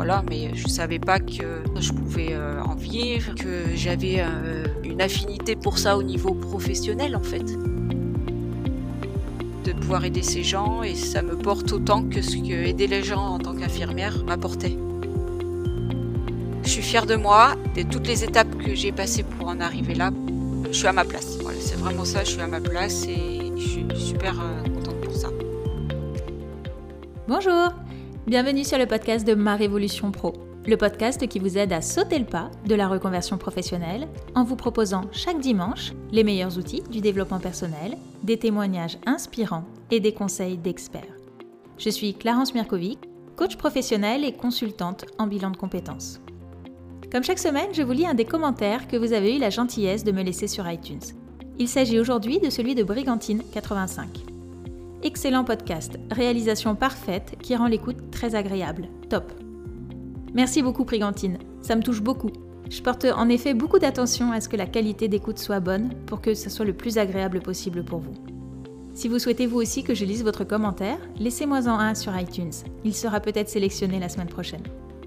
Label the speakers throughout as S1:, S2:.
S1: voilà, mais je savais pas que je pouvais, en vivre, que j'avais, une affinité pour ça au niveau professionnel, en fait. De pouvoir aider ces gens et ça me porte autant que ce que aider les gens en tant qu'infirmière m'apportait. Je suis fière de moi, de toutes les étapes que j'ai passées pour en arriver là. Je suis à ma place. Voilà, c'est vraiment ça, je suis à ma place et je suis super, contente pour ça.
S2: Bonjour, bienvenue sur le podcast de Ma Révolution Pro, le podcast qui vous aide à sauter le pas de la reconversion professionnelle en vous proposant chaque dimanche les meilleurs outils du développement personnel, des témoignages inspirants et des conseils d'experts. Je suis Clarence Mirkovic, coach professionnelle et consultante en bilan de compétences. Comme chaque semaine, je vous lis un des commentaires que vous avez eu la gentillesse de me laisser sur iTunes. Il s'agit aujourd'hui de celui de Brigantine85. Excellent podcast, réalisation parfaite qui rend l'écoute très agréable. Top. Merci beaucoup Brigantine, ça me touche beaucoup. Je porte en effet beaucoup d'attention à ce que la qualité d'écoute soit bonne pour que ce soit le plus agréable possible pour vous. Si vous souhaitez vous aussi que je lise votre commentaire, laissez-moi-en un sur iTunes. Il sera peut-être sélectionné la semaine prochaine.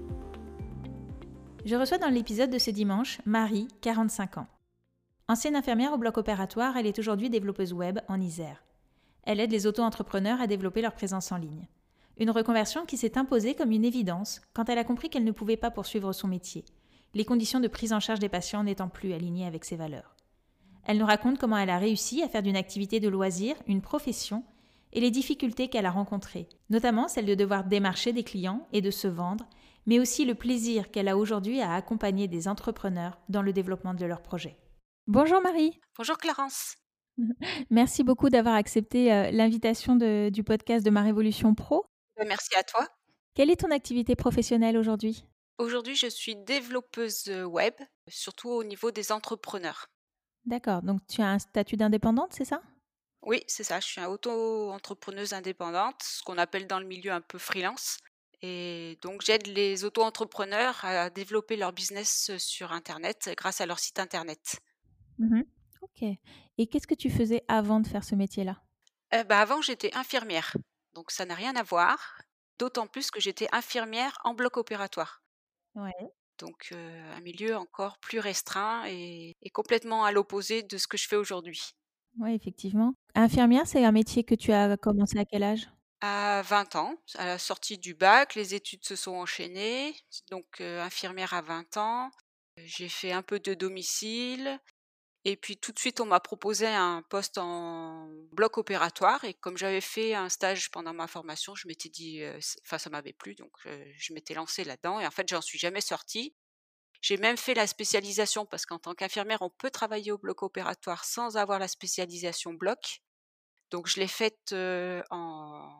S2: Je reçois dans l'épisode de ce dimanche Marie, 45 ans. Ancienne infirmière au bloc opératoire, elle est aujourd'hui développeuse web en Isère. Elle aide les auto-entrepreneurs à développer leur présence en ligne. Une reconversion qui s'est imposée comme une évidence quand elle a compris qu'elle ne pouvait pas poursuivre son métier, les conditions de prise en charge des patients n'étant plus alignées avec ses valeurs. Elle nous raconte comment elle a réussi à faire d'une activité de loisir une profession et les difficultés qu'elle a rencontrées, notamment celle de devoir démarcher des clients et de se vendre, mais aussi le plaisir qu'elle a aujourd'hui à accompagner des entrepreneurs dans le développement de leurs projets. Bonjour Marie.
S1: Bonjour Clarence.
S2: Merci beaucoup d'avoir accepté l'invitation du podcast de Ma Révolution Pro.
S1: Merci à toi.
S2: Quelle est ton activité professionnelle aujourd'hui ?
S1: Aujourd'hui, je suis développeuse, web, surtout au niveau des entrepreneurs.
S2: D'accord, donc tu as un statut d'indépendante, c'est ça ?
S1: Oui, c'est ça, je suis auto-entrepreneuse indépendante, ce qu'on appelle dans le milieu un peu freelance et donc j'aide les auto-entrepreneurs à développer leur business, sur internet grâce à leur site internet.
S2: Ok. Et qu'est-ce que tu faisais avant de faire ce métier-là ?
S1: Avant j'étais infirmière, donc ça n'a rien à voir, d'autant plus que j'étais infirmière en bloc opératoire.
S2: Ouais.
S1: Donc un milieu encore plus restreint et complètement à l'opposé de ce que je fais aujourd'hui.
S2: Oui, effectivement. Infirmière, c'est un métier que tu as commencé à quel âge ?
S1: À 20 ans, à la sortie du bac, les études se sont enchaînées, donc infirmière à 20 ans. J'ai fait un peu de domicile et puis tout de suite, on m'a proposé un poste en bloc opératoire et comme j'avais fait un stage pendant ma formation, je m'étais dit, ça m'avait plu donc je m'étais lancée là-dedans et en fait, j'en suis jamais sortie. J'ai même fait la spécialisation parce qu'en tant qu'infirmière, on peut travailler au bloc opératoire sans avoir la spécialisation bloc. Donc je l'ai faite, en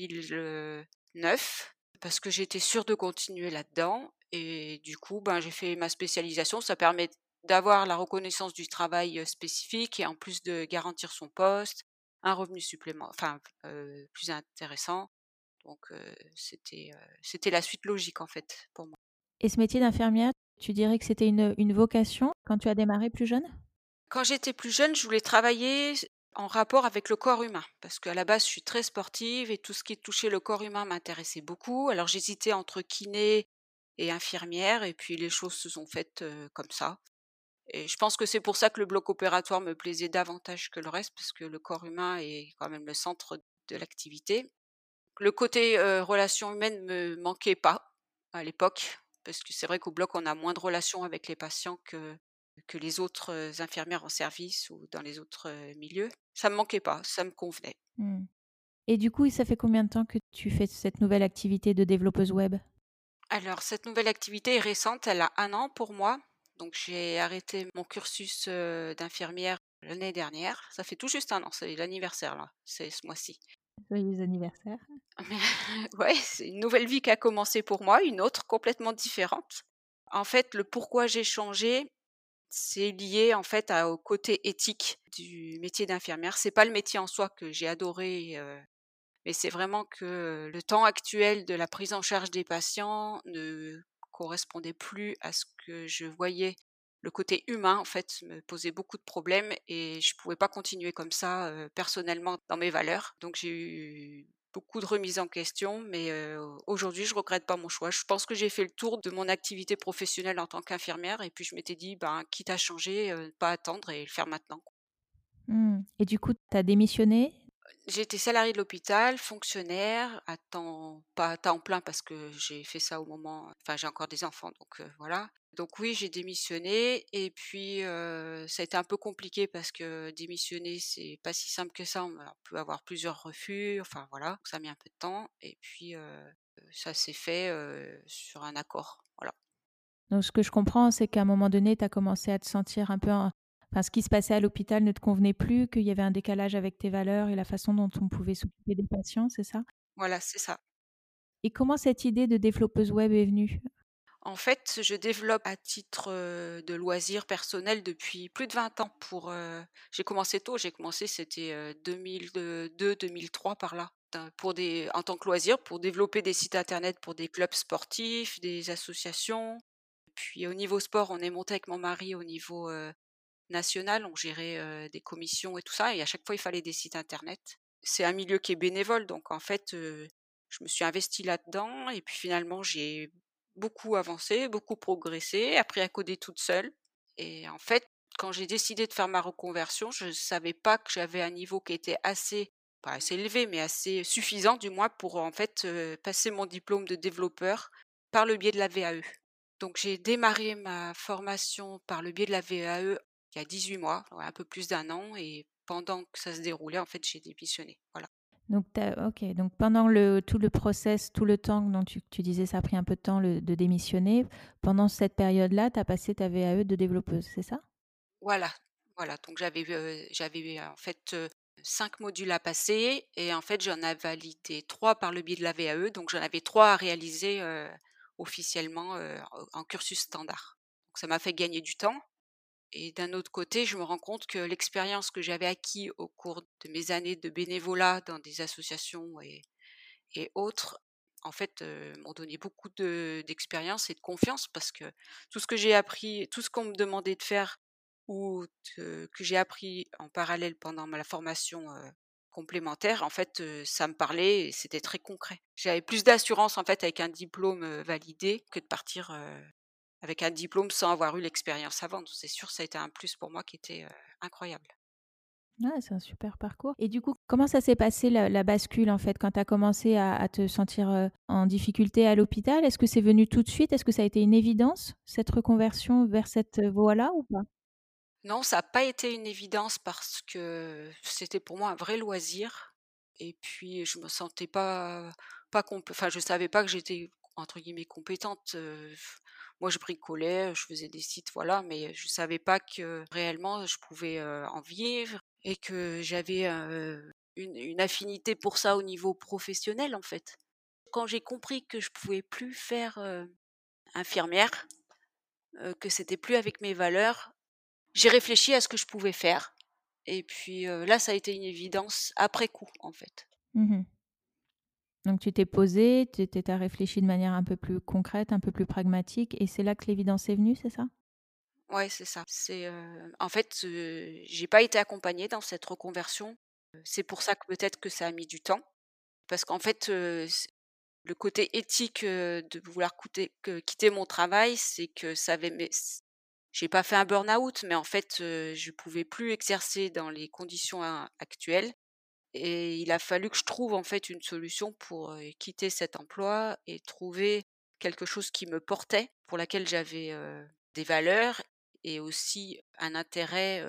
S1: 2009 parce que j'étais sûre de continuer là-dedans et du coup, ben, j'ai fait ma spécialisation. Ça permet d'avoir la reconnaissance du travail, spécifique et en plus de garantir son poste, un revenu plus intéressant. Donc c'était la suite logique en fait pour moi.
S2: Et ce métier d'infirmière, tu dirais que c'était une vocation quand tu as démarré plus jeune ?
S1: Quand j'étais plus jeune, je voulais travailler en rapport avec le corps humain, parce qu'à la base, je suis très sportive et tout ce qui touchait le corps humain m'intéressait beaucoup. Alors j'hésitais entre kiné et infirmière, et puis les choses se sont faites comme ça. Et je pense que c'est pour ça que le bloc opératoire me plaisait davantage que le reste, parce que le corps humain est quand même le centre de l'activité. Le côté relations humaines me manquait pas à l'époque, parce que c'est vrai qu'au bloc, on a moins de relations avec les patients que les autres, infirmières en service ou dans les autres, milieux. Ça me manquait pas, ça me convenait.
S2: Hmm. Et du coup, ça fait combien de temps que tu fais cette nouvelle activité de développeuse web ?
S1: Alors cette nouvelle activité est récente, elle a 1 an pour moi, donc j'ai arrêté mon cursus, d'infirmière l'année dernière. Ça fait tout juste 1 an, c'est l'anniversaire là, c'est ce mois-ci.
S2: Joyeux anniversaire.
S1: Mais ouais, c'est une nouvelle vie qui a commencé pour moi, une autre complètement différente. En fait, le pourquoi j'ai changé, c'est lié en fait au côté éthique du métier d'infirmière. C'est pas le métier en soi que j'ai adoré, mais c'est vraiment que le temps actuel de la prise en charge des patients ne correspondait plus à ce que je voyais. Le côté humain, en fait, me posait beaucoup de problèmes et je pouvais pas continuer comme ça, personnellement dans mes valeurs. Donc j'ai eu beaucoup de remises en question, mais aujourd'hui, je regrette pas mon choix. Je pense que j'ai fait le tour de mon activité professionnelle en tant qu'infirmière et puis je m'étais dit: «Ben, quitte à changer, pas attendre et le faire maintenant».
S2: Mmh. Et du coup, tu as démissionné?
S1: J'étais salariée de l'hôpital, fonctionnaire à temps pas à temps plein parce que j'ai fait ça au moment enfin, j'ai encore des enfants donc voilà. Donc oui, j'ai démissionné et puis, ça a été un peu compliqué parce que démissionner, c'est pas si simple que ça. On peut avoir plusieurs refus, enfin voilà, ça a mis un peu de temps et puis, ça s'est fait, sur un accord, voilà.
S2: Donc ce que je comprends, c'est qu'à un moment donné, tu as commencé à te sentir un peu enfin, ce qui se passait à l'hôpital ne te convenait plus, qu'il y avait un décalage avec tes valeurs et la façon dont on pouvait s'occuper des patients, c'est ça?
S1: Voilà, c'est ça.
S2: Et comment cette idée de développeuse web est venue?
S1: En fait, je développe à titre, de loisir personnel depuis plus de 20 ans j'ai commencé tôt, j'ai commencé c'était, 2002-2003 par là, pour des en tant que loisir, pour développer des sites internet pour des clubs sportifs, des associations. Puis au niveau sport, on est monté avec mon mari au niveau, national, on gérait, des commissions et tout ça et à chaque fois, il fallait des sites internet. C'est un milieu qui est bénévole donc en fait, je me suis investie là-dedans et puis finalement j'ai beaucoup avancé, beaucoup progressé, appris à coder toute seule et en fait, quand j'ai décidé de faire ma reconversion, je savais pas que j'avais un niveau qui était assez pas assez élevé, mais assez suffisant du moins pour en fait, passer mon diplôme de développeur par le biais de la VAE. Donc j'ai démarré ma formation par le biais de la VAE il y a 18 mois, ouais, un peu plus d'un an et pendant que ça se déroulait, en fait, j'ai démissionné, voilà.
S2: Donc OK, donc pendant tout le process, tout le temps dont tu disais ça a pris un peu de temps de démissionner, pendant cette période-là, tu as passé ta VAE de développeuse, c'est ça?
S1: Voilà, voilà, donc j'avais, en fait, 5 modules à passer et en fait, j'en ai validé 3 par le biais de la VAE, donc j'en avais 3 à réaliser, officiellement, en cursus standard. Donc ça m'a fait gagner du temps et d'un autre côté, je me rends compte que l'expérience que j'avais acquis au cours de mes années de bénévolat dans des associations et autres, en fait, m'ont donné beaucoup d'expérience et de confiance parce que tout ce que j'ai appris, tout ce qu'on me demandait de faire ou que j'ai appris en parallèle pendant la formation, complémentaire, en fait, ça me parlait et c'était très concret. J'avais plus d'assurance, en fait, avec un diplôme, validé que de partir, avec un diplôme sans avoir eu l'expérience avant. Donc c'est sûr, ça a été un plus pour moi qui était, incroyable.
S2: Ouais, c'est un super parcours. Et du coup, comment ça s'est passé la bascule en fait quand tu as commencé à te sentir en difficulté à l'hôpital? Est-ce que c'est venu tout de suite? Est-ce que ça a été une évidence, cette reconversion vers cette voie-là ou pas?
S1: Non, ça n'a pas été une évidence parce que c'était pour moi un vrai loisir et puis je me sentais pas enfin je savais pas que j'étais entre guillemets «compétente», moi je bricolais, je faisais des sites voilà, mais je savais pas que réellement je pouvais, en vivre et que j'avais, une affinité pour ça au niveau professionnel en fait. Quand j'ai compris que je pouvais plus faire, infirmière, que c'était plus avec mes valeurs, j'ai réfléchi à ce que je pouvais faire et puis, là, ça a été une évidence après coup, en fait.
S2: Mmh. Donc tu t'es posé, tu as réfléchi de manière un peu plus concrète, un peu plus pragmatique et c'est là que l'évidence est venue, c'est ça?
S1: Ouais, c'est ça. En fait, j'ai pas été accompagnée dans cette reconversion. C'est pour ça que peut-être que ça a mis du temps parce qu'en fait, le côté éthique, de vouloir quitter mon travail, c'est que ça avait mais j'ai pas fait un burn-out, mais en fait, je pouvais plus exercer dans les conditions actuelles. Et il a fallu que je trouve en fait une solution pour, quitter cet emploi et trouver quelque chose qui me portait, pour laquelle j'avais, des valeurs et aussi un intérêt,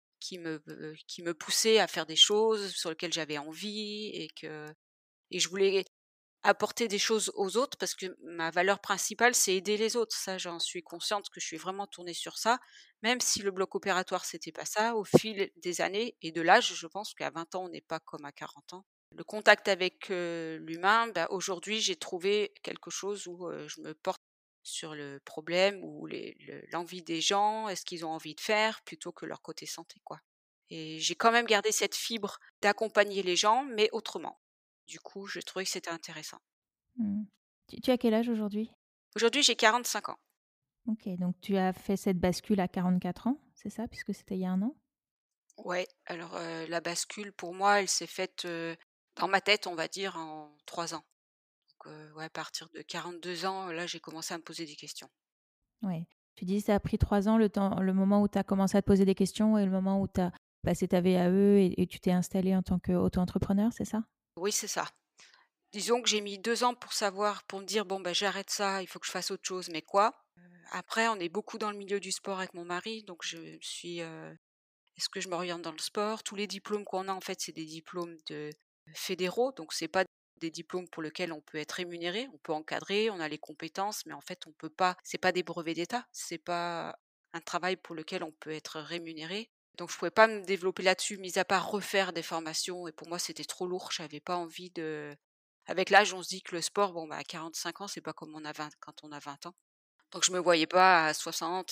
S1: qui me poussait à faire des choses sur lesquelles j'avais envie et je voulais apporter des choses aux autres parce que ma valeur principale, c'est aider les autres. Ça, j'en suis consciente que je suis vraiment tournée sur ça. Même si le bloc opératoire, c'était pas ça, au fil des années et de l'âge, je pense qu'à 20 ans, on n'est pas comme à 40 ans. Le contact avec, l'humain, bah, aujourd'hui, j'ai trouvé quelque chose où, je me porte sur le problème ou l'envie des gens, est-ce qu'ils ont envie de faire, plutôt que leur côté santé, quoi. Et j'ai quand même gardé cette fibre d'accompagner les gens, mais autrement. Du coup, je trouvais que c'était intéressant.
S2: Mmh. Tu as quel âge aujourd'hui?
S1: Aujourd'hui, j'ai 45 ans.
S2: OK, donc tu as fait cette bascule à 44 ans, c'est ça? Puisque c'était il y a un an?
S1: Ouais, alors, la bascule pour moi, elle s'est faite, Dans ma tête, on va dire en 3 ans. Donc ouais, à partir de 42 ans, là, j'ai commencé à me poser des questions.
S2: Ouais. Tu dis ça a pris 3 ans, le moment où tu as commencé à te poser des questions et le moment où tu as passé ta VAE et tu t'es installée en tant qu'auto-entrepreneur, c'est ça?
S1: Oui, c'est ça. Disons que j'ai mis 2 ans pour me dire: «Bon, ben j'arrête ça, il faut que je fasse autre chose, mais quoi?» Après, on est beaucoup dans le milieu du sport avec mon mari, donc je me suis, est-ce que je m'oriente dans le sport? Tous les diplômes qu'on a, en fait, c'est des diplômes de fédéraux, donc c'est pas des diplômes pour lesquels on peut être rémunéré. On peut encadrer, on a les compétences, mais en fait, on peut pas c'est pas des brevets d'État, c'est pas un travail pour lequel on peut être rémunéré. Donc je pouvais pas me développer là-dessus, mis à part refaire des formations et pour moi, c'était trop lourd. J'avais pas envie de avec l'âge, on se dit que le sport, bon, bah, à 45 ans, c'est pas comme on a 20 quand on a 20 ans. Donc je me voyais pas à 60,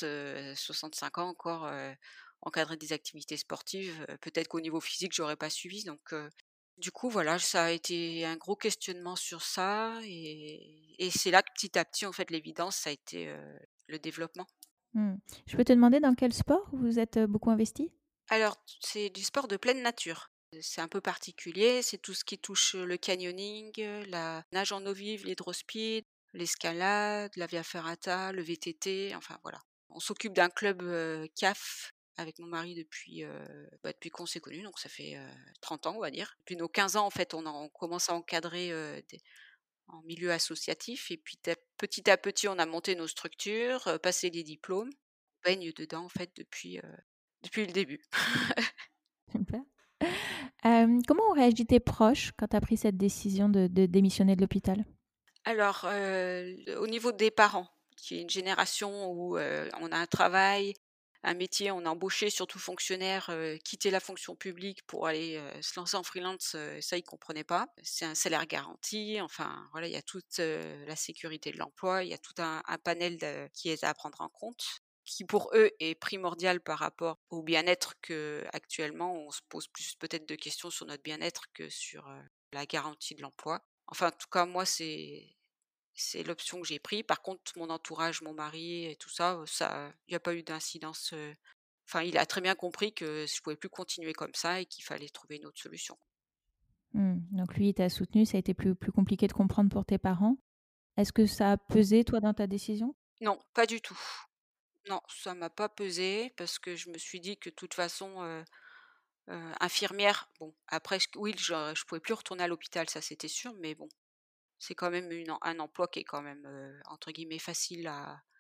S1: 65 ans encore, encadrer des activités sportives. Peut-être qu'au niveau physique, j'aurais pas suivi donc du coup, voilà, ça a été un gros questionnement sur ça et c'est là que petit à petit, en fait, l'évidence, ça a été, le développement.
S2: Mmh. Je peux te demander dans quel sport vous êtes, beaucoup investi?
S1: Alors, c'est du sport de pleine nature. C'est un peu particulier, c'est tout ce qui touche, le canyoning, la nage en eau vive, l'hydrospeed, l'escalade, la via ferrata, le VTT, enfin voilà. On s'occupe d'un club, CAF avec mon mari depuis qu'on s'est connus, donc ça fait, 30 ans, on va dire. Depuis nos 15 ans, en fait, on commence à encadrer, des en milieu associatif et puis petit à petit, on a monté nos structures, passé les diplômes. On baigne dedans, en fait, depuis le début.
S2: Super. Comment ont réagi tes proches quand tu as pris cette décision de démissionner de l'hôpital?
S1: Alors, au niveau des parents, qui est une génération où, on a un travail, un métier, on a embauché, surtout fonctionnaires, quitter la fonction publique pour aller, se lancer en freelance, ça ils comprenaient pas. C'est un salaire garanti, enfin voilà, il y a toute, la sécurité de l'emploi, il y a tout un panel qui est à prendre en compte, qui pour eux est primordial par rapport au bien-être qu'actuellement on se pose plus peut-être de questions sur notre bien-être que sur, la garantie de l'emploi. Enfin, en tout cas, moi, c'est l'option que j'ai pris. Par contre, mon entourage, mon mari et tout ça, il y a pas eu d'incidence, enfin, il a très bien compris que je pouvais plus continuer comme ça et qu'il fallait trouver une autre solution.
S2: Mmh, donc lui, il t'a soutenue, ça a été plus compliqué de comprendre pour tes parents. Est-ce que ça a pesé, toi, dans ta décision?
S1: Non, pas du tout. Non, ça m'a pas pesé parce que je me suis dit que de toute façon, infirmière, bon, après oui, je pouvais plus retourner à l'hôpital, ça c'était sûr, mais bon, c'est quand même un emploi qui est quand même, entre guillemets «facile»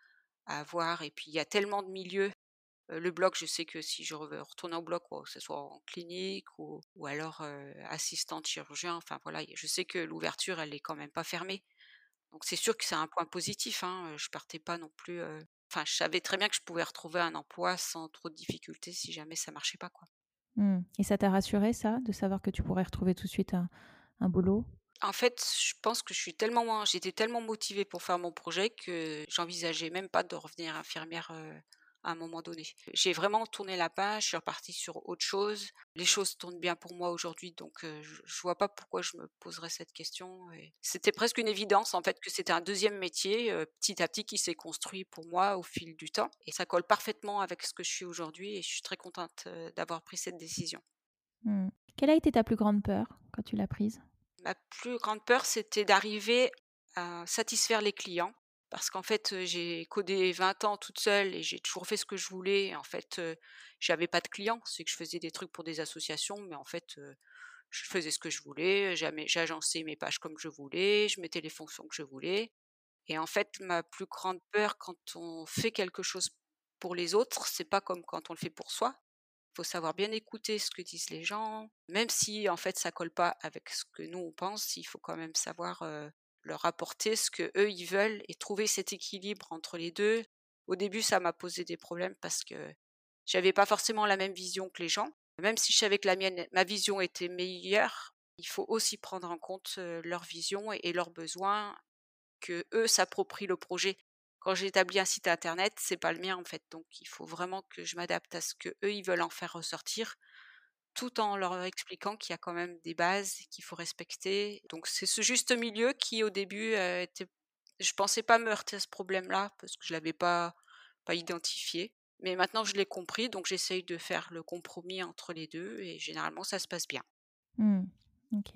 S1: à avoir et puis il y a tellement de milieux. Le bloc, je sais que si je retourne au bloc, que ce soit en clinique ou alors, assistante chirurgien, enfin voilà, je sais que l'ouverture, elle est quand même pas fermée. Donc c'est sûr que c'est un point positif, hein, je partais pas non plus, enfin je savais très bien que je pouvais retrouver un emploi sans trop de difficultés si jamais ça marchait pas, quoi.
S2: Mmh, et ça t'a rassuré ça, de savoir que tu pourrais retrouver tout de suite un boulot?
S1: En fait, je pense que j'étais tellement motivée pour faire mon projet que j'envisageais même pas de revenir infirmière, à un moment donné. J'ai vraiment tourné la page, je suis repartie sur autre chose. Les choses tournent bien pour moi aujourd'hui, donc je vois pas pourquoi je me poserais cette question et c'était presque une évidence, en fait, que c'était un deuxième métier, petit à petit qui s'est construit pour moi au fil du temps et ça colle parfaitement avec ce que je suis aujourd'hui et je suis très contente, d'avoir pris cette décision.
S2: Mmh. Quelle a été ta plus grande peur quand tu l'as prise?
S1: Ma plus grande peur, c'était d'arriver à satisfaire les clients parce qu'en fait, j'ai codé 20 ans toute seule et j'ai toujours fait ce que je voulais. En fait, j'avais pas de clients. C'est que je faisais des trucs pour des associations, mais en fait, je faisais ce que je voulais, j'agençais mes pages comme je voulais, je mettais les fonctions que je voulais et en fait, ma plus grande peur quand on fait quelque chose pour les autres, c'est pas comme quand on le fait pour soi. Faut savoir bien écouter ce que disent les gens, même si en fait ça colle pas avec ce que nous on pense, il faut quand même savoir, leur apporter ce que eux ils veulent et trouver cet équilibre entre les 2. Au début, ça m'a posé des problèmes parce que j'avais pas forcément la même vision que les gens. Même si je savais que la mienne ma vision était meilleure, il faut aussi prendre en compte, leur vision et leurs besoins, que eux s'approprient le projet. Quand j'établis un site internet, c'est pas le mien en fait, donc il faut vraiment que je m'adapte à ce que eux ils veulent en faire ressortir, tout en leur expliquant qu'il y a quand même des bases qu'il faut respecter. Donc c'est ce juste milieu qui au début, était je pensais pas me heurter à ce problème-là parce que je l'avais pas identifié. Mais maintenant je l'ai compris, donc j'essaye de faire le compromis entre les 2 et généralement ça se passe bien.
S2: Mmh. OK.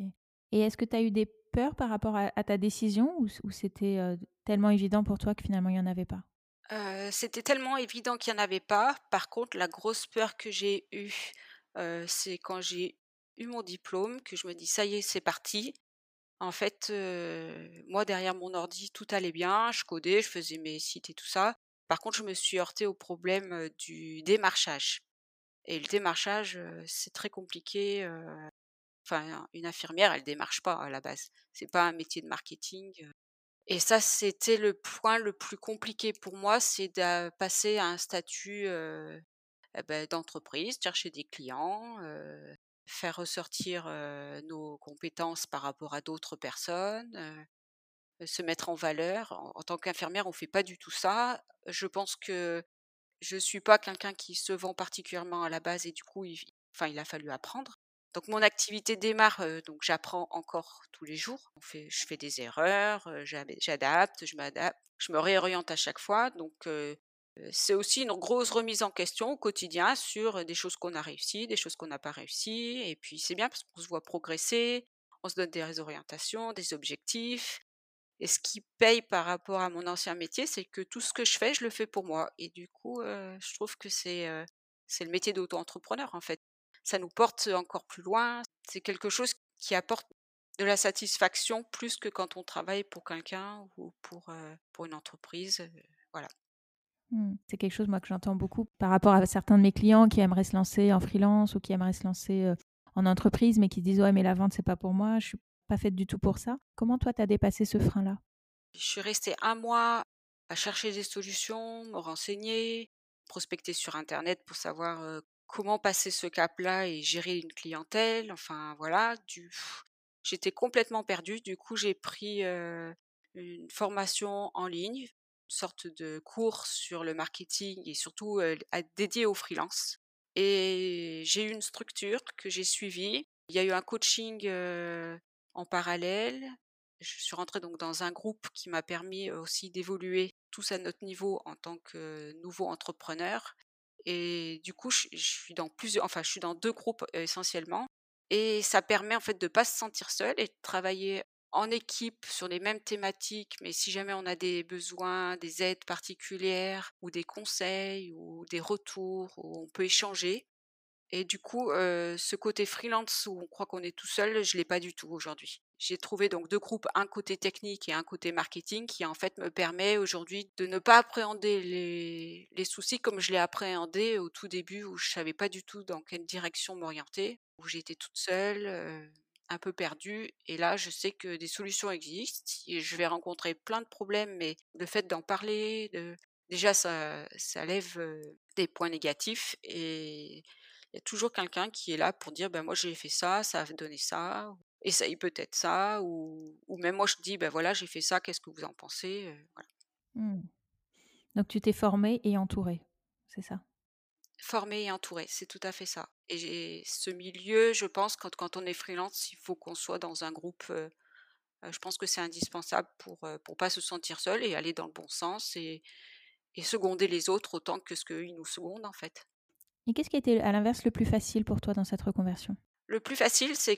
S2: Et est-ce que tu as eu des peurs par rapport à ta décision ou c'était, tellement évident pour toi que finalement il y en avait pas?
S1: C'était tellement évident qu'il y en avait pas. Par contre, la grosse peur que j'ai eue, c'est quand j'ai eu mon diplôme, que je me dis: «Ça y est, c'est parti». En fait, moi derrière mon ordi, tout allait bien, je codais, je faisais mes sites et tout ça. Par contre, je me suis heurtée au problème, du démarchage et le démarchage, c'est très compliqué, enfin, une infirmière, elle démarche pas à la base. C'est pas un métier de marketing, et ça, c'était le point le plus compliqué pour moi, c'est de passer à un statut, d'entreprise, chercher des clients, faire ressortir, nos compétences par rapport à d'autres personnes, se mettre en valeur. En tant qu'infirmière, on fait pas du tout ça. Je pense que je suis pas quelqu'un qui se vend particulièrement à la base et du coup, il a fallu apprendre. Donc mon activité démarre, donc j'apprends encore tous les jours. Je fais des erreurs, j'adapte, je m'adapte, je me réoriente à chaque fois. Donc c'est aussi une grosse remise en question au quotidien sur des choses qu'on a réussies, des choses qu'on n'a pas réussies. Et puis c'est bien parce qu'on se voit progresser, on se donne des orientations, des objectifs. Et ce qui paye par rapport à mon ancien métier, c'est que tout ce que je fais, je le fais pour moi et du coup, je trouve que c'est le métier d'auto-entrepreneur, en fait. Ça nous porte encore plus loin. C'est quelque chose qui apporte de la satisfaction plus que quand on travaille pour quelqu'un ou pour une entreprise, voilà.
S2: Mmh. C'est quelque chose, moi, que j'entends beaucoup par rapport à certains de mes clients qui aimeraient se lancer en freelance ou qui aimeraient se lancer, en entreprise, mais qui disent: «Ouais, mais la vente, c'est pas pour moi, je suis pas faite du tout pour ça». Comment toi, tu as dépassé ce frein-là?
S1: Je suis restée un mois à chercher des solutions, me renseigner, prospecter sur internet pour savoir, comment passer ce cap-là et gérer une clientèle. Enfin voilà, j'étais complètement perdue. Du coup, j'ai pris, une formation en ligne, une sorte de cours sur le marketing et surtout, dédié aux freelances, et j'ai eu une structure que j'ai suivie. Il y a eu un coaching, en parallèle. Je suis rentrée donc dans un groupe qui m'a permis aussi d'évoluer tous à notre niveau en tant que nouveau entrepreneur, et du coup, je suis dans plusieurs, enfin, je suis dans 2 groupes, essentiellement, et ça permet en fait de pas se sentir seul et de travailler en équipe sur les mêmes thématiques. Mais si jamais on a des besoins, des aides particulières ou des conseils ou des retours, où on peut échanger. Et du coup, ce côté freelance où on croit qu'on est tout seul, je l'ai pas du tout aujourd'hui. J'ai trouvé donc 2 groupes, un côté technique et un côté marketing, qui en fait me permet aujourd'hui de ne pas appréhender les soucis comme je l'ai appréhendé au tout début, où je savais pas du tout dans quelle direction m'orienter, où j'étais toute seule, un peu perdue, et là je sais que des solutions existent et je vais rencontrer plein de problèmes, mais le fait d'en parler, déjà ça lève, des points négatifs, et il y a toujours quelqu'un qui est là pour dire: «Ben, moi, j'ai fait ça, ça a donné ça, essaye peut-être ça», ou même moi, je dis: «Ben, voilà, j'ai fait ça, qu'est-ce que vous en pensez?» Voilà.
S2: Mmh. Donc tu t'es formée et entourée, c'est ça?
S1: Formé et entouré, c'est tout à fait ça, et j'ai ce milieu, je pense, quand on est freelance, il faut qu'on soit dans un groupe, je pense que c'est indispensable pour pas se sentir seul et aller dans le bon sens, et seconder les autres autant que ce qu'eux, ils nous secondent, en fait.
S2: Et qu'est-ce qui a été, à l'inverse, le plus facile pour toi dans cette reconversion?
S1: Le plus facile, c'est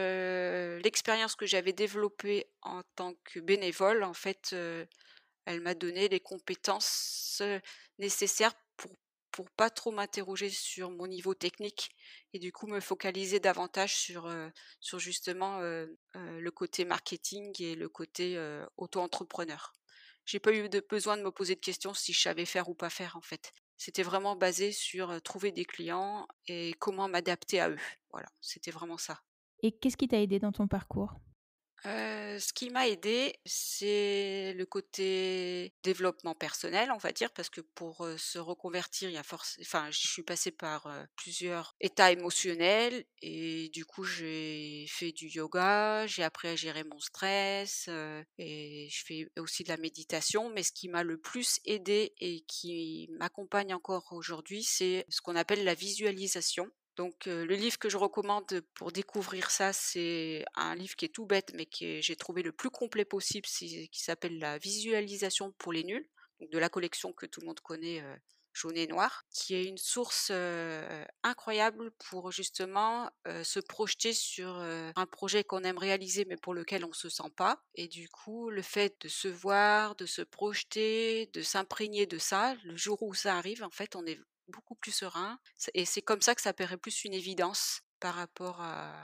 S1: que l'expérience que j'avais développée en tant que bénévole, en fait, elle m'a donné les compétences, nécessaires pour pas trop m'interroger sur mon niveau technique, et du coup me focaliser davantage sur justement, le côté marketing et le côté, auto-entrepreneur. J'ai pas eu de besoin de me poser de questions si je savais faire ou pas faire, en fait. C'était vraiment basé sur, trouver des clients et comment m'adapter à eux. Voilà, c'était vraiment ça.
S2: Et qu'est-ce qui t'a aidé dans ton parcours?
S1: Ce qui m'a aidée, c'est le côté développement personnel, on va dire, parce que pour, se reconvertir, il y a enfin, je suis passée par, plusieurs états émotionnels, et du coup, j'ai fait du yoga, j'ai appris à gérer mon stress, et je fais aussi de la méditation. Mais ce qui m'a le plus aidée et qui m'accompagne encore aujourd'hui, c'est ce qu'on appelle la visualisation. Donc, le livre que je recommande pour découvrir ça, c'est un livre qui est tout bête, mais j'ai trouvé le plus complet possible, qui s'appelle «La visualisation pour les nuls», donc de la collection que tout le monde connaît, jaune et noir, qui est une source, incroyable pour justement, se projeter sur, un projet qu'on aime réaliser mais pour lequel on se sent pas et du coup, le fait de se voir, de se projeter, de s'imprégner de ça, le jour où ça arrive, en fait, on est beaucoup plus serein. C'est comme ça que ça paraît plus une évidence par rapport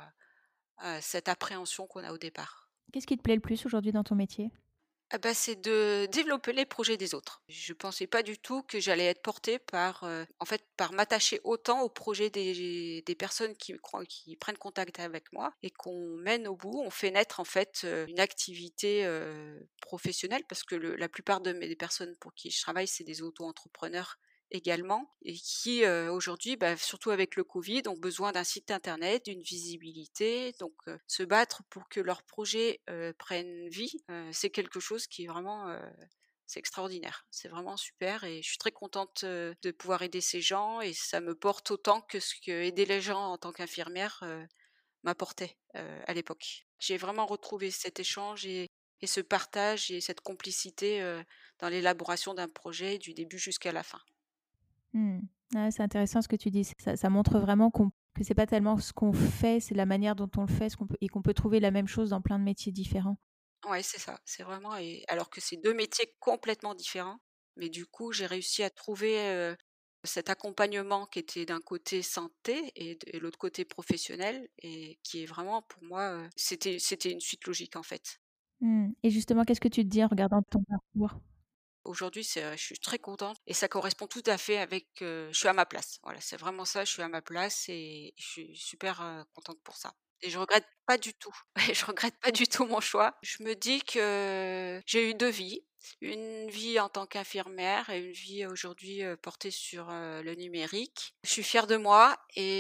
S1: à cette appréhension qu'on a au départ.
S2: Qu'est-ce qui te plaît le plus aujourd'hui dans ton métier?
S1: Ah bah, c'est de développer les projets des autres. Je pensais pas du tout que j'allais être portée par, en fait, par m'attacher autant aux projets des personnes qui prennent contact avec moi et qu'on mène au bout. On fait naître, en fait, une activité, professionnelle parce que la plupart des personnes pour qui je travaille, c'est des auto-entrepreneurs également et qui, aujourd'hui, bah, surtout avec le covid, ont besoin d'un site internet, d'une visibilité, donc se battre pour que leurs projets, prennent vie, c'est quelque chose qui est vraiment, c'est extraordinaire. C'est vraiment super et je suis très contente, de pouvoir aider ces gens et ça me porte autant que ce que aider les gens en tant qu'infirmière, m'apportait, à l'époque. J'ai vraiment retrouvé cet échange et ce partage et cette complicité, dans l'élaboration d'un projet du début jusqu'à la fin.
S2: Mmh. Ouais, c'est intéressant ce que tu dis. Ça montre vraiment que c'est pas tellement ce qu'on fait, c'est la manière dont on le fait, et qu'on peut trouver la même chose dans plein de métiers différents.
S1: Ouais, c'est ça, c'est vraiment et alors que c'est 2 métiers complètement différents, mais du coup, j'ai réussi à trouver, cet accompagnement qui était d'un côté santé et l'autre côté professionnel et qui est vraiment pour moi, c'était une suite logique, en fait.
S2: Mmh. Et justement, qu'est-ce que tu te dis en regardant ton parcours?
S1: Aujourd'hui, je suis très contente et ça correspond tout à fait avec, je suis à ma place. Voilà, c'est vraiment ça, je suis à ma place et je suis super, contente pour ça et je regrette pas du tout et je regrette pas du tout mon choix. Je me dis que j'ai eu 2 vies, une vie en tant qu'infirmière et une vie aujourd'hui, portée sur, le numérique. Je suis fière de moi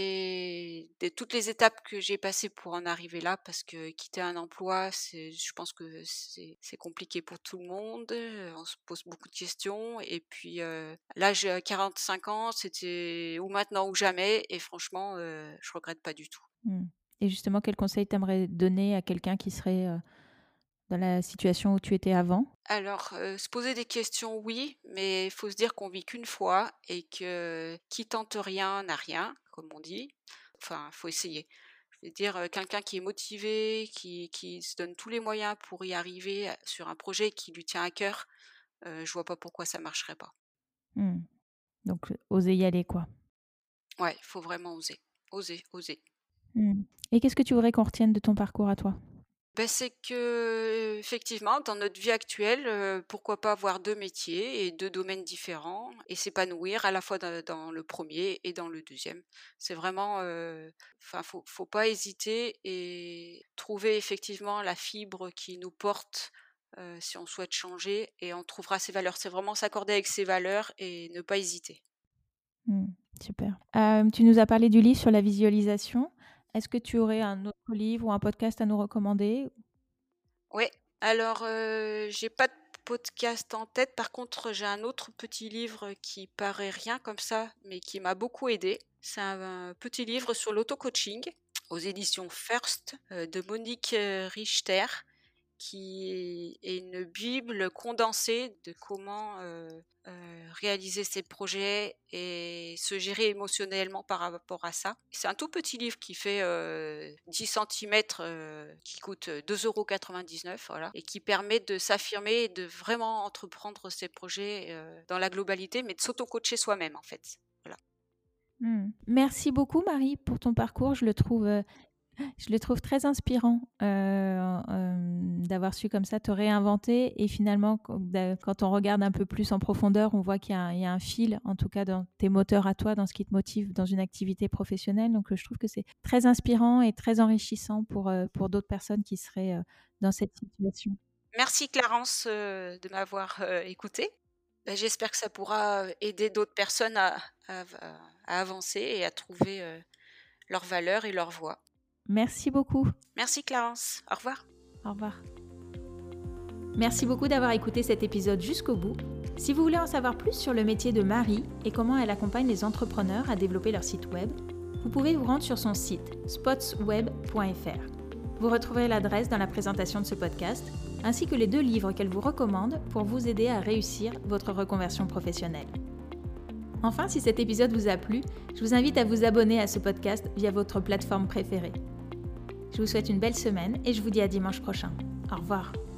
S1: et de toutes les étapes que j'ai passées pour en arriver là parce que quitter un emploi, je pense que c'est compliqué pour tout le monde, on se pose beaucoup de questions et puis, là j'ai 45 ans, c'était ou maintenant ou jamais et franchement, je regrette pas du tout.
S2: Mmh. Et justement, quel conseil t'aimerais donner à quelqu'un qui serait, dans la situation où tu étais avant?
S1: Alors, se poser des questions, oui, mais il faut se dire qu'on vit qu'une fois et que qui tente rien n'a rien, comme on dit. Enfin, faut essayer. Je veux dire, quelqu'un qui est motivé, qui se donne tous les moyens pour y arriver, sur un projet qui lui tient à cœur, je vois pas pourquoi ça marcherait pas.
S2: Mmh. Donc, oser y aller, quoi.
S1: Ouais, il faut vraiment oser. Oser, oser.
S2: Mmh. Et qu'est-ce que tu voudrais qu'on retienne de ton parcours à toi?
S1: Ben c'est que effectivement, dans notre vie actuelle, pourquoi pas avoir 2 métiers et 2 domaines différents et s'épanouir à la fois dans le premier et dans le deuxième. C'est vraiment, enfin, faut pas hésiter et trouver effectivement la fibre qui nous porte, si on souhaite changer et on trouvera ses valeurs. C'est vraiment s'accorder avec ses valeurs et ne pas hésiter.
S2: Mmh. Super. Tu nous as parlé du livre sur la visualisation. Est-ce que tu aurais un autre livre ou un podcast à nous recommander?
S1: Ouais, alors, j'ai pas de podcast en tête. Par contre, j'ai un autre petit livre qui paraît rien comme ça, mais qui m'a beaucoup aidée. C'est un petit livre sur l'auto-coaching aux éditions First, de Monique, Richter qui est une bible condensée de comment, réaliser ses projets et se gérer émotionnellement par rapport à ça. C'est un tout petit livre qui fait, 10 centimètres, qui coûte, 2,99 € voilà et qui permet de s'affirmer et de vraiment entreprendre ses projets, dans la globalité, mais de s'auto-coacher soi-même, en fait. Voilà.
S2: Mmh. Merci beaucoup Marie pour ton parcours. Je le trouve très inspirant, d'avoir su comme ça te réinventer et finalement quand on regarde un peu plus en profondeur, on voit qu'il y a un fil, en tout cas dans tes moteurs à toi, dans ce qui te motive dans une activité professionnelle. Donc, je trouve que c'est très inspirant et très enrichissant pour d'autres personnes qui seraient, dans cette situation.
S1: Merci Clarence, de m'avoir, écoutée. Bah, j'espère que ça pourra, aider d'autres personnes à avancer et à trouver, leurs valeurs et leur voie.
S2: Merci beaucoup.
S1: Merci Clarence. Au revoir.
S2: Au revoir. Merci beaucoup d'avoir écouté cet épisode jusqu'au bout. Si vous voulez en savoir plus sur le métier de Marie et comment elle accompagne les entrepreneurs à développer leur site web, vous pouvez vous rendre sur son site spotsweb.fr. Vous retrouverez l'adresse dans la présentation de ce podcast, ainsi que les 2 livres qu'elle vous recommande pour vous aider à réussir votre reconversion professionnelle. Enfin, si cet épisode vous a plu, je vous invite à vous abonner à ce podcast via votre plateforme préférée. Je vous souhaite une belle semaine et je vous dis à dimanche prochain. Au revoir.